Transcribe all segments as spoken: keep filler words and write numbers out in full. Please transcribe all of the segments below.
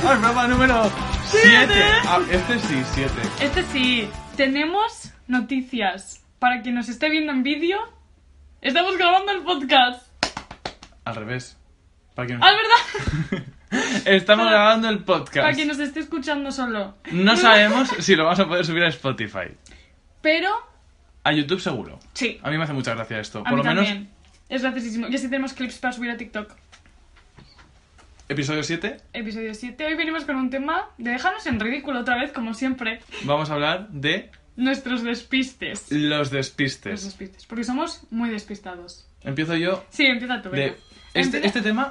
¡Al programa número siete! Ah, este sí, siete. Este sí. Tenemos noticias. Para quien nos esté viendo en vídeo, estamos grabando el podcast. Al revés. Para quien... ¡Ah, es verdad! Estamos para, grabando el podcast. Para quien nos esté escuchando solo. No sabemos si lo vamos a poder subir a Spotify. Pero... A YouTube seguro. Sí. A mí me hace mucha gracia esto. A Por mí lo también. menos... Es graciosísimo. Y así tenemos clips para subir a TikTok. Episodio siete. Episodio siete. Hoy venimos con un tema de dejarnos en ridículo otra vez, como siempre. Vamos a hablar de... Nuestros despistes. Los despistes. Los despistes. Porque somos muy despistados. Empiezo yo. Sí, empieza tú. De... Venga. Este, Empieza. este tema...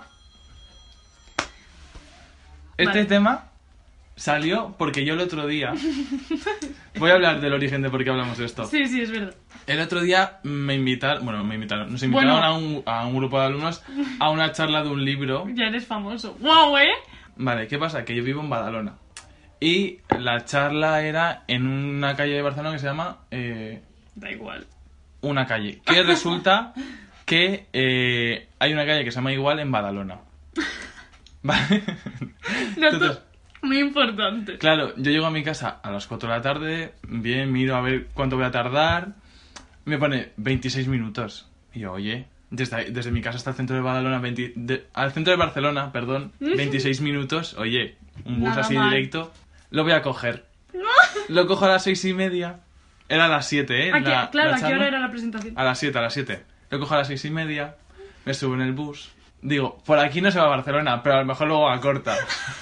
Este Vale. tema salió porque yo el otro día... Voy a hablar del origen de por qué hablamos de esto. Sí, sí, es verdad. El otro día me invitaron... Bueno, me invitaron. Nos invitaron Bueno. a, un, a un grupo de alumnos a una charla de un libro. Ya eres famoso. ¡Guau, eh! Vale, ¿qué pasa? Que yo vivo en Badalona. Y la charla era en una calle de Barcelona que se llama... Eh, Da igual. una calle. Que resulta que eh, hay una calle que se llama igual en Badalona. Vale. No, Entonces, muy importante. claro, yo llego a mi casa a las cuatro de la tarde, bien, miro a ver cuánto voy a tardar, me pone veintiséis minutos. Y yo, oye, desde, desde mi casa hasta el centro de Badalona, veinte, de, al centro de Barcelona, perdón, veintiséis minutos, oye, un bus Nada así mal. directo, lo voy a coger. Lo cojo a las seis y media, era a las siete, ¿eh? ¿A qué- La- claro, la ¿a qué charla. hora era la presentación? A las siete, a las siete. Lo cojo a las seis y media, me subo en el bus. Digo, por aquí no se va a Barcelona, pero a lo mejor luego a Corta.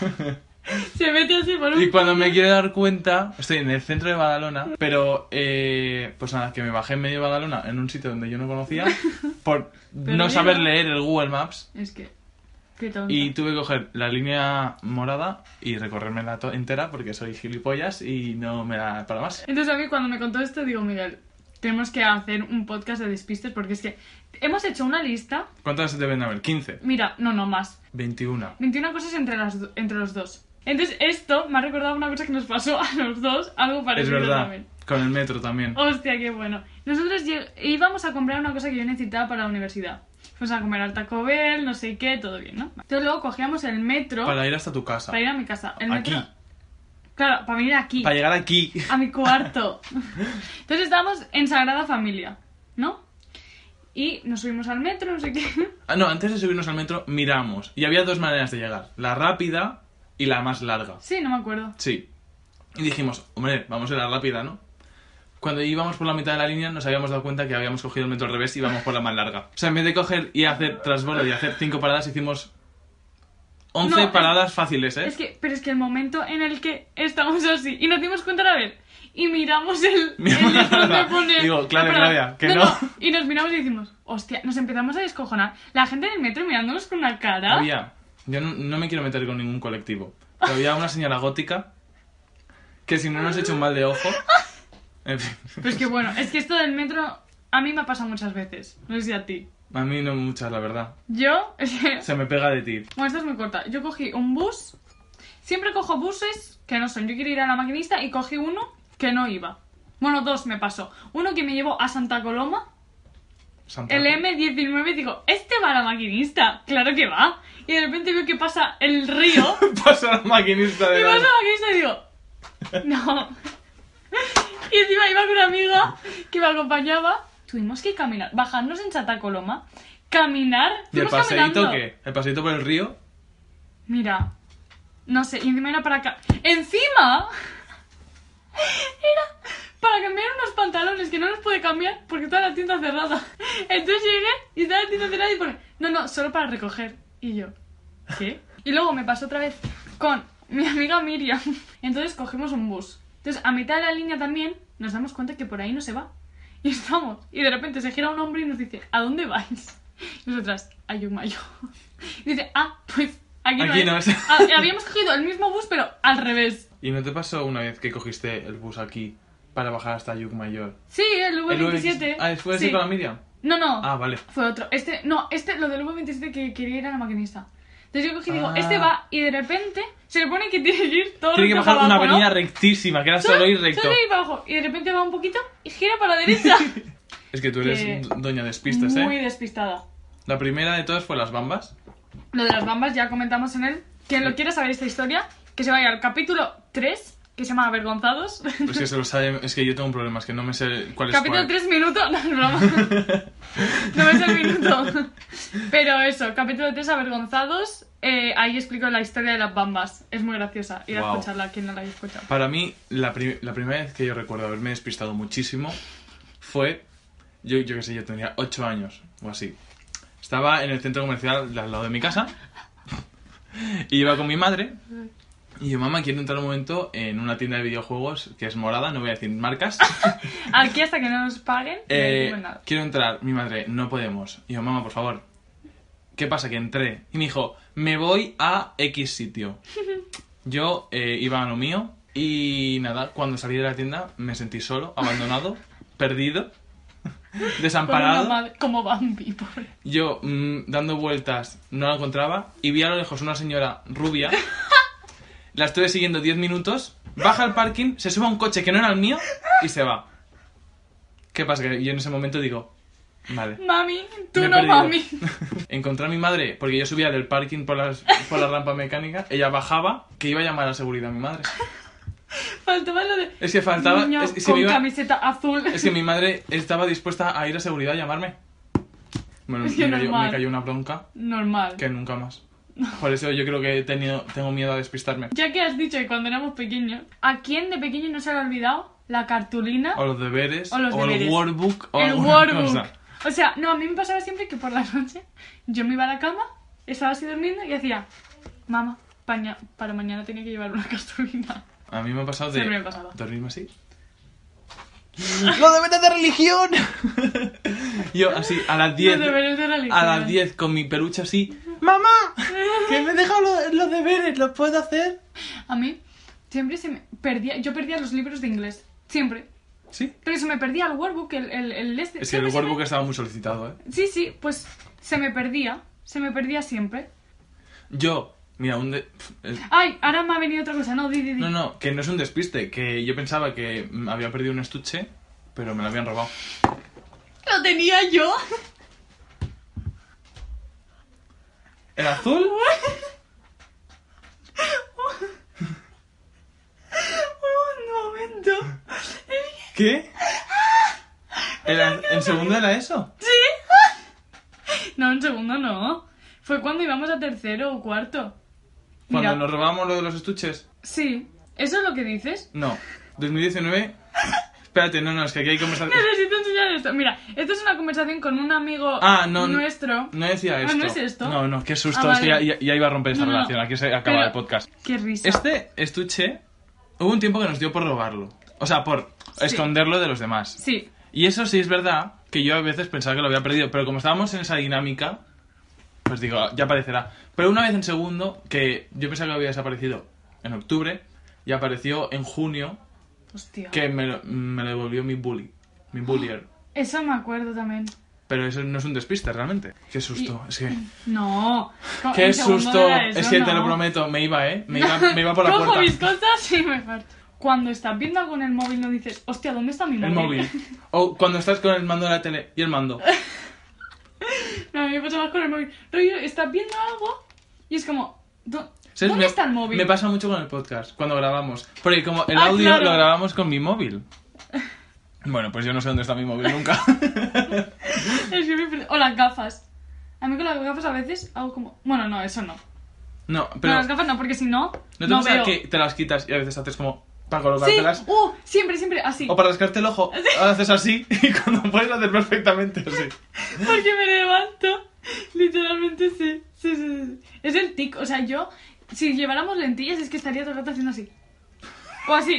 Se mete así por un... Y cuando me quiero dar cuenta, estoy en el centro de Badalona, pero eh, pues nada, que me bajé en medio de Badalona, en un sitio donde yo no conocía, por Pero no mira. saber leer el Google Maps. Es que... Qué tonto. Y tuve que coger la línea morada y recorrerme to- entera porque soy gilipollas y no me da para más. Entonces a mí cuando me contó esto digo, Miguel, tenemos que hacer un podcast de despistes porque es que hemos hecho una lista... ¿Cuántas deben haber? quince. Mira, no, no, más. veintiuno. veintiuna cosas entre, las, do- entre los dos. Entonces esto me ha recordado una cosa que nos pasó a los dos, algo Es parecido verdad. también. Con el metro también. Hostia, qué bueno. Nosotros lle- íbamos a comprar una cosa que yo necesitaba para la universidad. Fuimos a comer al Taco Bell, no sé qué, todo bien, ¿no? Entonces luego cogíamos el metro Para ir hasta tu casa. para ir a mi casa. El metro... Aquí. Claro, para venir aquí, Para llegar aquí. a mi cuarto. Entonces estábamos en Sagrada Familia, ¿no? Y nos subimos al metro, no sé qué. Ah, no, antes de subirnos al metro, miramos. Y había dos maneras de llegar. La rápida y la más larga. Sí, no me acuerdo. Sí. Y dijimos, hombre, vamos a la rápida, ¿no? Cuando íbamos por la mitad de la línea nos habíamos dado cuenta que habíamos cogido el metro al revés y íbamos por la más larga. O sea, en vez de coger y hacer transbordo y hacer cinco paradas, hicimos once No, es- paradas fáciles, ¿eh? Es que, pero es que el momento en el que estamos así y nos dimos cuenta a la vez y miramos el, Miramos el de donde la- pone... digo, Claudia, Espera, Claudia, que no. Y nos miramos y decimos, hostia, nos empezamos a descojonar. La gente del metro mirándonos con una cara... Había, yo no, no me quiero meter con ningún colectivo, pero había una señora gótica que si no nos echa un mal de ojo... En fin, Pero es que bueno, es que esto del metro a mí me ha pasado muchas veces. No sé si a ti. a mí no muchas, la verdad. Yo, es que... Se me pega de ti. Bueno, esta es muy corta. Yo cogí un bus. Siempre cojo buses que no son. Yo quiero ir a la maquinista y cogí uno que no iba. Bueno, dos me pasó. Uno que me llevó a Santa Coloma. Santa El eme diecinueve, digo, ¿este va a la maquinista? Claro que va. Y de repente veo que pasa el río. Pasa la maquinista de Y la... vas a la maquinista y digo, no. Y encima iba con una amiga que me acompañaba. Tuvimos que caminar, bajarnos en Santa Coloma, caminar. ¿Y el fuimos paseíto caminando. qué? ¿El paseíto por el río? Mira, no sé, y encima era para acá. ¡Encima! Era para cambiar unos pantalones que no los pude cambiar porque estaba la tienda cerrada. Entonces llegué y estaba la tienda cerrada y pone, no, no, solo para recoger. Y yo, ¿qué? Y luego me pasó otra vez con mi amiga Miriam. Entonces cogimos un bus. Entonces a mitad de la línea también nos damos cuenta que por ahí no se va. Y estamos, y de repente se gira un hombre y nos dice, ¿a dónde vais? Y nosotras, a Yumayo. Y dice, ah, pues aquí no Aquí es. no es. Ah, habíamos cogido el mismo bus, pero al revés. ¿Y no te pasó una vez que cogiste el bus aquí para bajar hasta Llucmayor? Sí, el V veintisiete. Ah, ¿fue así Sí. con la Miriam? No, no, Ah, vale. fue otro. Este, no, este, lo del V veintisiete que quería ir a la maquinista. Entonces yo cogí y digo, Ah. este va, y de repente se le pone que tiene que ir todo Tiene que recto bajar para una abajo, avenida ¿no? rectísima, que era solo ir recto. Solo ir para abajo. Y de repente va un poquito y gira para la derecha. Es que tú eres Que- doña despistas, ¿eh? Muy despistada. La primera de todas fue las bambas. Lo de las bambas ya comentamos en él. Quien lo quiera saber esta historia, que se vaya al capítulo tres, que se llama Avergonzados. Pues que se lo sabe... Es que yo tengo un problema, es que no me sé cuál es Capítulo cuál. tres minutos... No, es broma. No me sé el minuto. Pero eso, capítulo tres, Avergonzados. Eh, ahí explico la historia de las bambas. Es muy graciosa. Ir a Wow. escucharla, quien no la haya escuchado. Para mí, la, pri- la primera vez que yo recuerdo haberme despistado muchísimo fue... Yo, yo qué sé, yo tenía ocho años o así. Estaba en el centro comercial de al lado de mi casa y iba con mi madre y yo, mamá, quiero entrar un momento en una tienda de videojuegos que es morada, no voy a decir marcas. Aquí hasta que no nos paguen, no Eh, decimos nada. quiero entrar, mi madre, no podemos. Y yo, mamá, por favor. ¿Qué pasa? Que entré. Y me dijo, me voy a X sitio. Yo eh, iba a lo mío y nada, cuando salí de la tienda me sentí solo, abandonado, perdido, Con una desamparado. madre- como Bambi, pobre. Yo mm, dando vueltas no la encontraba y vi a lo lejos una señora rubia. La estuve siguiendo diez minutos, baja al parking, se sube a un coche que no era el mío y se va. ¿Qué pasa? Que yo en ese momento digo, vale. Mami, tú me he no, perdido. mami. Encontré a mi madre, porque yo subía del parking por, las, por la rampa mecánica, ella bajaba, que iba a llamar a seguridad a mi madre. Faltaba lo de... Es que faltaba... Niño es, es que con me iba- camiseta azul. es que mi madre estaba dispuesta a ir a seguridad a llamarme. Bueno, Es que me, cayó, normal. me cayó una bronca Normal. que nunca más. Por eso yo creo que he tenido, tengo miedo a despistarme. Ya que has dicho que cuando éramos pequeños, ¿a quién de pequeño no se le ha olvidado la cartulina O los deberes, o los el deberes? workbook, o el alguna workbook? cosa. O sea, no, a mí me pasaba siempre que por la noche yo me iba a la cama, estaba así durmiendo y hacía, mamá, paña, para mañana tenía que llevar una cartulina. A mí me ha pasado de Siempre me pasaba. dormirme así. ¡Los deberes de religión! Yo así, a las diez, Los deberes de religión. a las diez con mi peluche así. ¡Mamá! ¡Que me he dejado los, los deberes! ¿Los puedo hacer? A mí siempre se me perdía, yo perdía los libros de inglés, siempre. ¿Sí? Pero se me perdía el workbook, el, el, el este. Es que el siempre se workbook me- estaba muy solicitado, ¿eh? Sí, sí, pues se me perdía, se me perdía siempre. Yo, mira, un de... es- Ay, ahora me ha venido otra cosa, no, di, di, di. No, no, que no es un despiste, que yo pensaba que mm, había perdido un estuche, pero me lo habían robado. Lo tenía yo. ¿El azul? Un momento. ¿Qué? ¿El, ¿En segundo era eso? No, un segundo no. Fue cuando íbamos a tercero o cuarto. Cuando Mira, nos robamos lo de los estuches. sí. ¿Eso es lo que dices? No, dos mil diecinueve... Espérate, no, no, es que aquí hay conversación... Necesito enseñar esto. Mira, esto es una conversación con un amigo Ah, no, no. nuestro. No decía Ah, esto. ¿no es esto? No, no, qué susto, Ah, es que vale. ya, ya- ya iba a romper esa No, no, relación, aquí se acaba Pero- el podcast. Qué risa. Este estuche, hubo un tiempo que nos dio por robarlo. O sea, por Sí. esconderlo de los demás. Sí. Y eso sí es verdad, que yo a veces pensaba que lo había perdido, pero como estábamos en esa dinámica, pues digo, ya aparecerá. Pero una vez en segundo, que yo pensaba que había desaparecido en octubre, y apareció en junio, Hostia. que me, lo- me lo devolvió mi bully, mi bullier. Eso me acuerdo también. Pero eso no es un despiste, realmente. Qué susto, Y- es que... No. Co- ¡Qué un segundo susto! era eso, Es que te no. lo prometo, me iba, ¿eh? Me iba, me iba por la Cojo puerta. mis cosas y me parto. Cuando estás viendo algo en el móvil no dices, hostia, ¿dónde está mi móvil? El móvil. O cuando estás con el mando de la tele y el mando. No, a mí me pasa más con el móvil. Rollo, estás viendo algo y es como, ¿dó- ¿Sabes? ¿dónde Me- está el móvil? Me pasa mucho con el podcast, cuando grabamos. Porque como el Ah, audio claro. lo grabamos con mi móvil. Bueno, pues yo no sé dónde está mi móvil nunca. Es que me- O las gafas. A mí con las gafas a veces hago como... Bueno, no, eso no. No, Con pero las gafas no, porque si no, ¿no te no pasa veo. que te las quitas y a veces haces como para Sí, colocártelas? uh, siempre, siempre así. O para rascarte el ojo, haces así y cuando puedes hacer perfectamente así. Porque me levanto. Literalmente sí. Sí, sí, sí. Es el tic. O sea, yo, si lleváramos lentillas, es que estaría todo el rato haciendo así. O así.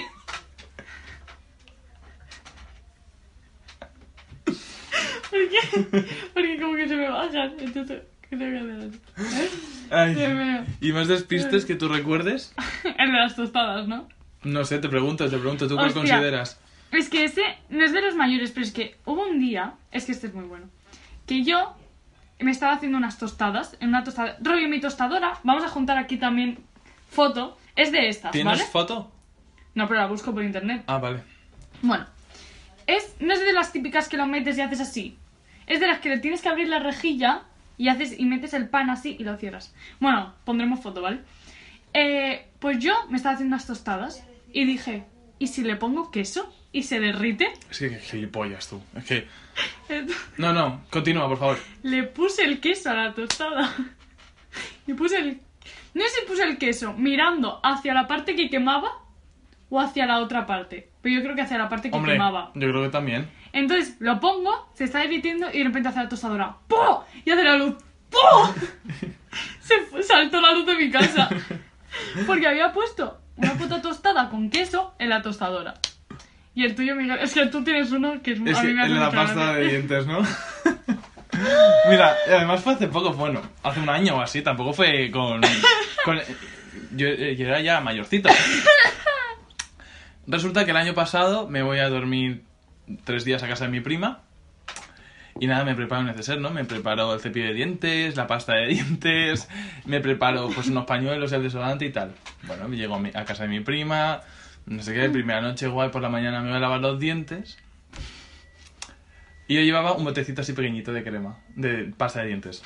¿Por qué? Porque como que se me bajan. Entonces, ¿qué tengo que hacer así? Ay. Dios mío. ¿Y más despistes que tú recuerdes? El de las tostadas, ¿no? No sé, te pregunto, te pregunto, ¿tú cuál Hostia. consideras? Es que ese no es de los mayores, pero es que hubo un día, es que este es muy bueno, que yo me estaba haciendo unas tostadas, en una tostada, rollo mi tostadora, vamos a juntar aquí también foto, es de estas, ¿Tienes ¿vale? foto? No, pero la busco por internet. Ah, vale. Bueno, es, no es de las típicas que lo metes y haces así, es de las que le tienes que abrir la rejilla y haces y metes el pan así y lo cierras. Bueno, pondremos foto, ¿vale? Eh, Pues yo me estaba haciendo unas tostadas y dije, ¿y si le pongo queso y se derrite? Es que qué gilipollas tú. Es que... No, no, continúa, por favor. Le puse el queso a la tostada. Y puse el... No sé si puse el queso mirando hacia la parte que quemaba o hacia la otra parte. Pero yo creo que hacia la parte que Hombre, quemaba. yo creo que también. Entonces lo pongo, se está derritiendo y de repente hace la tostadora ¡pum! Y hace la luz ¡pum! Se fue- saltó la luz de mi casa. Porque había puesto una puta tostada con queso en la tostadora. Y el tuyo, Miguel, es que tú tienes uno que es, Es a que mí me hace el de la mucha pasta gracia. de dientes, ¿no? Mira, y además fue hace poco, bueno, hace un año o así, tampoco fue con... con yo, yo era ya mayorcito. Resulta que el año pasado me voy a dormir tres días a casa de mi prima. Y nada, me preparo un neceser, ¿no? Me preparo el cepillo de dientes, la pasta de dientes, me preparo pues unos pañuelos, el desodorante y tal. Bueno, llego a, mi- a casa de mi prima, no sé qué, primera noche guay, por la mañana me voy a lavar los dientes. Y yo llevaba un botecito así pequeñito de crema, de pasta de dientes.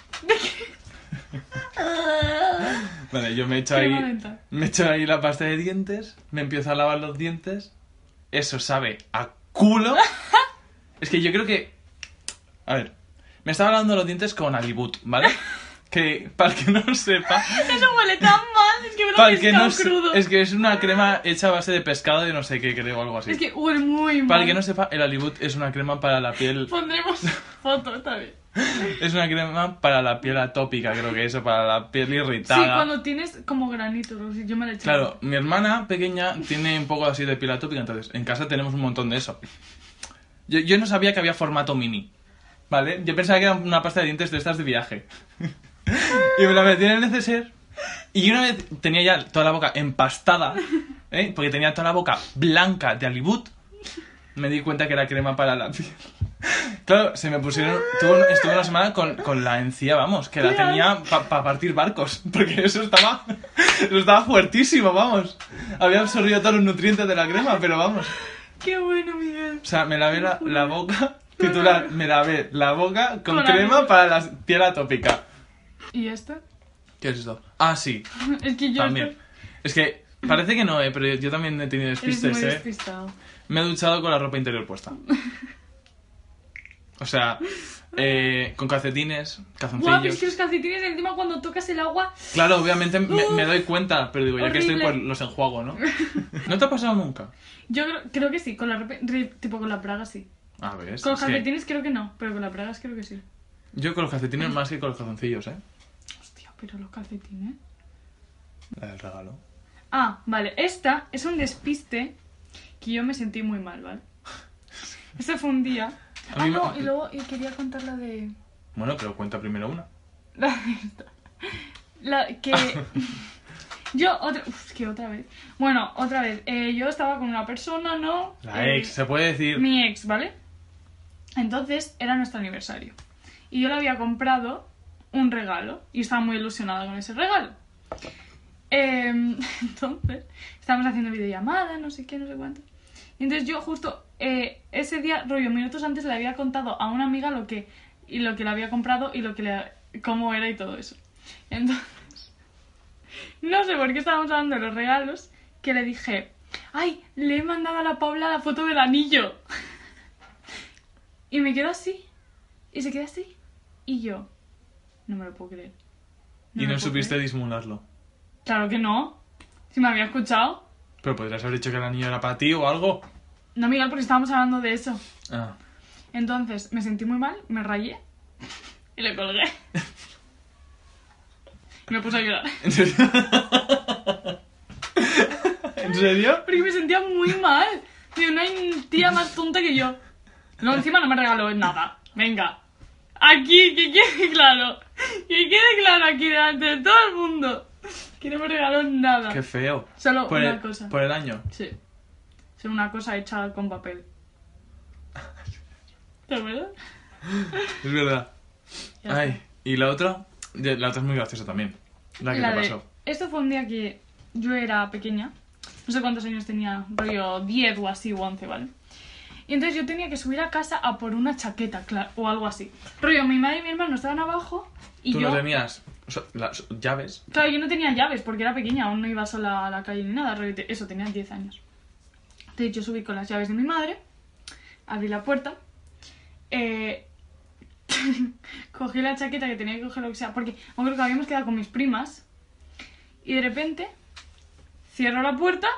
Vale, yo me echo ahí, Crema dental. me echo ahí la pasta de dientes, me empiezo a lavar los dientes. Eso sabe a culo. Es que yo creo que... A ver, me estaba lavando los dientes con Alibut, ¿vale? Que, para el que no sepa... Eso huele tan mal, es que me lo Para he el que pescado no se- crudo. Es que es una crema hecha a base de pescado de no sé qué, creo, o algo así. Es que huele muy mal. Para el que no sepa, el Alibut es una crema para la piel... Pondremos foto, está bien. Es una crema para la piel atópica, creo que eso, para la piel irritada. Sí, cuando tienes como granitos, o sea, yo me la he echado. Claro, mi hermana pequeña tiene un poco así de piel atópica, entonces en casa tenemos un montón de eso. Yo, yo no sabía que había formato mini, ¿vale? Yo pensaba que era una pasta de dientes de estas de viaje. Y me la metí en el neceser y una vez tenía ya toda la boca empastada, ¿eh? Porque tenía toda la boca blanca de Alibut, me di cuenta que era crema para la piel. Claro, se me pusieron... Tuve, estuve una semana con, con la encía, vamos, que la tenía para pa partir barcos. Porque eso estaba... Eso estaba fuertísimo, vamos. Había absorbido todos los nutrientes de la crema, pero vamos. Qué bueno, Miguel. O sea, me lavé la, la boca... Titular, me lavé la boca con, Con crema algo. para la piel atópica. ¿Y esto? ¿Qué es esto? Ah, sí, Es que yo... también. Es que parece que no, eh, pero yo también he tenido Eres despistes, muy eh. despistado. Me he duchado con la ropa interior puesta. O sea, eh, con calcetines, calzoncillos. Guau, es que los calcetines encima cuando tocas el agua... Claro, obviamente me, Uf, me doy cuenta, pero digo, ya que estoy, horrible. pues los enjuago, ¿no? ¿No te ha pasado nunca? Yo creo, creo que sí, con la ropa... re- Tipo con la braga sí. A ver, Con los es que calcetines creo que no, pero con las bragas creo que sí. yo con los calcetines más que con los calzoncillos, ¿eh? Hostia, pero los calcetines... La del regalo. Ah, vale, esta es un despiste que yo me sentí muy mal, ¿vale? Este fue un día... A Ah, mí no, me- y luego y quería contar la de... Bueno, pero cuenta primero una. La de esta. La que... Yo otra... Uf, es que otra vez... Bueno, otra vez. Eh, yo estaba con una persona, ¿no? La Eh, ex, se puede decir. Mi ex, ¿vale? Entonces era nuestro aniversario. Y yo le había comprado un regalo. Y estaba muy ilusionada con ese regalo. Eh, entonces, estábamos haciendo videollamada, no sé qué, no sé cuánto. Y entonces yo justo eh, ese día, rollo, minutos antes le había contado a una amiga lo que, y lo que le había comprado y lo que le, cómo era y todo eso. Entonces, no sé por qué estábamos hablando de los regalos, que le dije, ay, le he mandado a la Paula la foto del anillo. Y me quedó así. Y se quedó así. Y yo, no me lo puedo creer. Y me no lo puedo supiste creer. disimularlo. Claro que no. Si me había escuchado. Pero podrías haber dicho que el anillo era para ti o algo. No, Miguel, porque estábamos hablando de eso. Ah. Entonces, me sentí muy mal, me rayé y le colgué. Y me puse a llorar. ¿En serio? ¿En serio? Porque me sentía muy mal. Tío, no hay tía más tonta que yo. No, encima no me regaló nada. Venga. Aquí, que quede claro. Que quede claro aquí delante de todo el mundo. Que no me regaló nada. Qué feo. Solo Por una el, cosa. por el año. Sí. Solo una cosa hecha con papel. ¿Te acuerdas? Es verdad. Ya Ay, está. y la otra, de- la otra es muy graciosa también. La que La te de- pasó. Esto fue un día que yo era pequeña. No sé cuántos años tenía, rollo diez o así, o once, ¿vale? Y entonces yo tenía que subir a casa a por una chaqueta, claro, o algo así. Rollo, mi madre y mi hermano estaban abajo y Tú yo... no tenías O sea, las llaves. Claro, yo no tenía llaves porque era pequeña, aún no iba sola a la calle ni nada. rollo, te- Eso, tenía diez años. Entonces yo subí con las llaves de mi madre, abrí la puerta, eh, cogí la chaqueta que tenía que coger lo que sea, porque me acuerdo que habíamos quedado con mis primas, y de repente cierro la puerta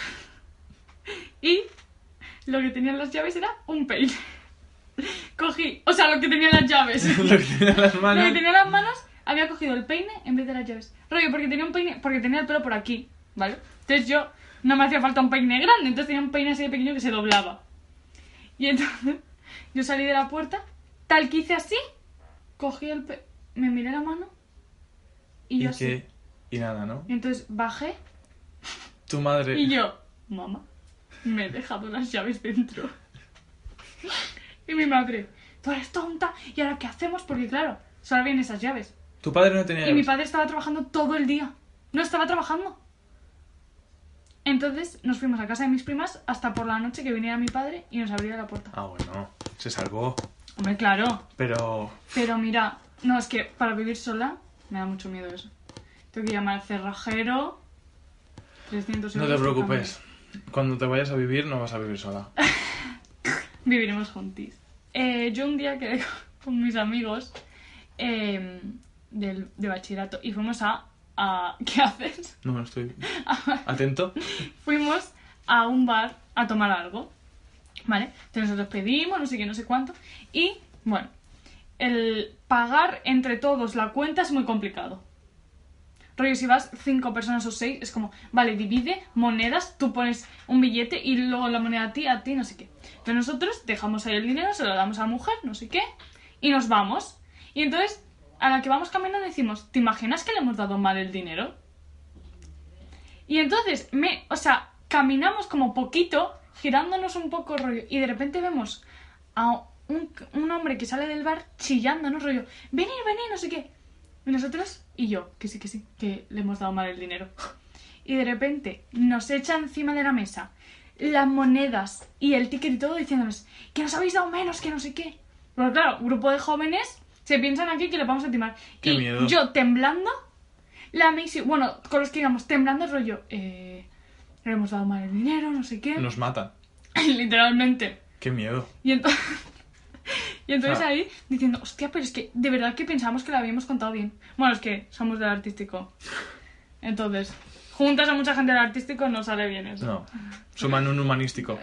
y lo que tenían las llaves era un peine. Cogí, o sea, lo que tenían las llaves. Lo que tenía en las Lo manos. que tenía en las manos, había cogido el peine en vez de las llaves. Rollo, porque tenía un peine, porque tenía el pelo por aquí, ¿vale? Entonces yo no me hacía falta un peine grande, entonces tenía un peine así de pequeño que se doblaba. Y entonces yo salí de la puerta, tal que hice así, cogí el pe... me miré la mano y Y yo así. que... Y nada, ¿no? Y entonces bajé Tu madre... y yo, mamá, me he dejado las llaves dentro. Y mi madre, tú eres tonta, ¿y ahora qué hacemos? Porque claro, solo habían esas llaves. Tu padre no tenía Y mi llaves. padre estaba trabajando todo el día. No estaba trabajando. Entonces nos fuimos a casa de mis primas hasta por la noche que viniera mi padre y nos abría la puerta. Ah, bueno. Se salvó. Hombre, claro. Pero... Pero mira, no, es que para vivir sola me da mucho miedo eso. Tengo que llamar al cerrajero. trescientos No euros te por preocupes. Cuando te vayas a vivir, no vas a vivir sola. cambio. Viviremos juntis. Eh, yo un día quedé con mis amigos eh, del, de bachillerato y fuimos a, a... ¿Qué haces? No, estoy... Atento. Fuimos a un bar a tomar algo, ¿vale? Entonces nosotros pedimos, no sé qué, no sé cuánto, y, bueno, el pagar entre todos la cuenta es muy complicado. Rollo, si vas cinco personas o seis, es como, vale, divide monedas, tú pones un billete y luego la moneda a ti, a ti, no sé qué. Entonces nosotros dejamos ahí el dinero, se lo damos a la mujer, no sé qué, y nos vamos. Y entonces, a la que vamos caminando decimos, ¿te imaginas que le hemos dado mal el dinero? Y entonces, me, o sea, caminamos como poquito, girándonos un poco, rollo, y de repente vemos a un, un hombre que sale del bar chillándonos, rollo, venid, venid, no sé qué. Y nosotros, y yo, que sí, que sí, que le hemos dado mal el dinero. Y de repente nos echa encima de la mesa las monedas y el ticket y todo diciéndonos que nos habéis dado menos, que no sé qué. Pero claro, grupo de jóvenes se piensan aquí que le vamos a timar. Qué y miedo. yo temblando, la Macy, bueno, con los que íbamos temblando, rollo, eh, le hemos dado mal el dinero, no sé qué. Nos matan. Literalmente. Qué miedo. Y entonces, y entonces O sea, ahí diciendo, hostia, pero es que de verdad que pensamos que lo habíamos contado bien. Bueno, es que somos del artístico. Entonces, juntas a mucha gente del artístico no sale bien eso. No. Suman un humanístico.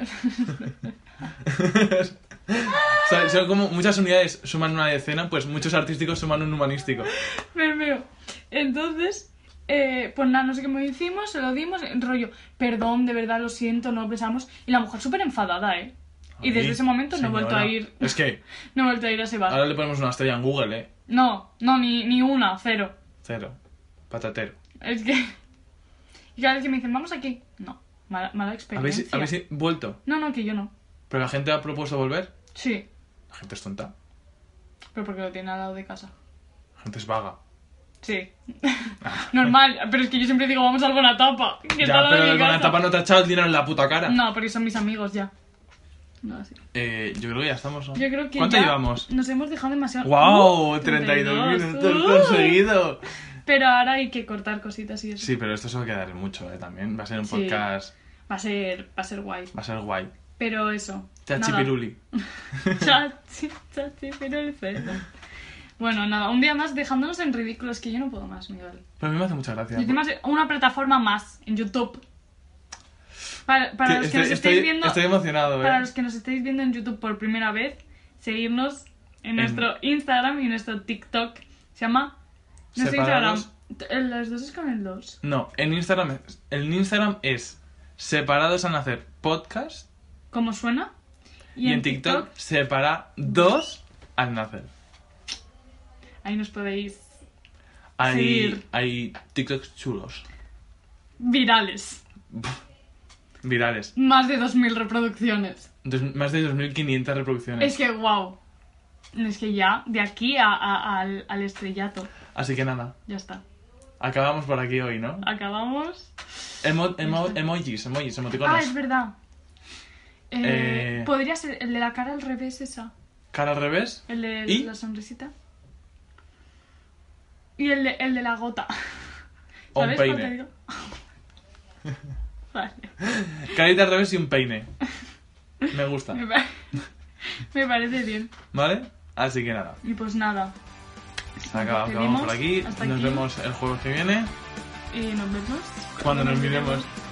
O sea, son como muchas unidades suman una decena, pues muchos artísticos suman un humanístico. Me veo. Entonces, eh, pues nada, no sé qué me hicimos, se lo dimos, rollo, perdón, de verdad, lo siento, no pensamos. Y la mujer súper enfadada, ¿eh? Y desde Ay, ese momento no he vuelto a señora. ir. Es que No he vuelto a ir a ese bar. ahora le ponemos una estrella en Google, ¿eh? No, no, ni, ni una, cero. Cero. Patatero. Es que. Y cada vez que me dicen, vamos aquí. No, mala, mala experiencia. ¿Habéis, ¿Habéis vuelto? No, no, que yo no. ¿Pero la gente ha propuesto volver? Sí, La gente es tonta. pero porque lo tiene al lado de casa. La gente es vaga. Sí. Normal, pero es que yo siempre digo, vamos al Bonatapa. Que está al Ya, lado pero de mi el casa. Bonatapa no te ha echado el dinero en la puta cara. No, porque son mis amigos ya. No, sí. Eh, yo creo que ya estamos, ¿no? Yo creo que ¿Cuánto ya llevamos? Nos hemos dejado demasiado. ¡Wow! Uh, treinta y dos minutos Uh. conseguido. Pero ahora hay que cortar cositas y eso. Sí, pero esto se va a quedar mucho, ¿eh? También va a ser un Sí. podcast... Va a ser, va a ser guay. Va a ser guay. Pero eso. Chachipiruli. Chachi, chachi, pero el cero. Bueno, nada, un día más dejándonos en ridículos que yo no puedo más, Miguel. Pero a mí me hace mucha gracia. Y encima es una plataforma más en YouTube. Para, para Que los que estoy, nos estoy, estéis viendo, estoy emocionado, ¿eh? para los que nos estéis viendo en YouTube por primera vez, seguirnos en En- nuestro Instagram y nuestro TikTok. Se llama nuestro Separados. Instagram. El- Los dos es con el dos. No, en Instagram, es- el Instagram es Separados al Nacer Podcast ¿Cómo suena? y, en TikTok, Separados al Nacer. ahí nos podéis Hay, seguir. hay TikToks chulos, Virales. virales. Más de dos mil reproducciones. Dos- más de dos mil quinientas reproducciones. Es que, wow. Es que ya, de aquí a, a- al, al estrellato. Así que nada, Ya está. acabamos por aquí hoy, ¿no? Acabamos. Emo- emo- está. emojis, emojis, Ah, emoticonos. es verdad. Eh, Eh. Podría ser el de la cara al revés esa. Cara al revés. El de ¿Y? la sonrisita. Y el de, el de la gota. O un ¿Sabes cuál te peine. digo? Vale. Carita al revés y un peine. Me gusta. Me, pa- me parece bien. ¿Vale? Así que nada. Y pues nada. Acabamos, despedimos. acabamos por aquí. Hasta Nos aquí. vemos el jueves que viene. Y nos vemos. Cuando nos miremos.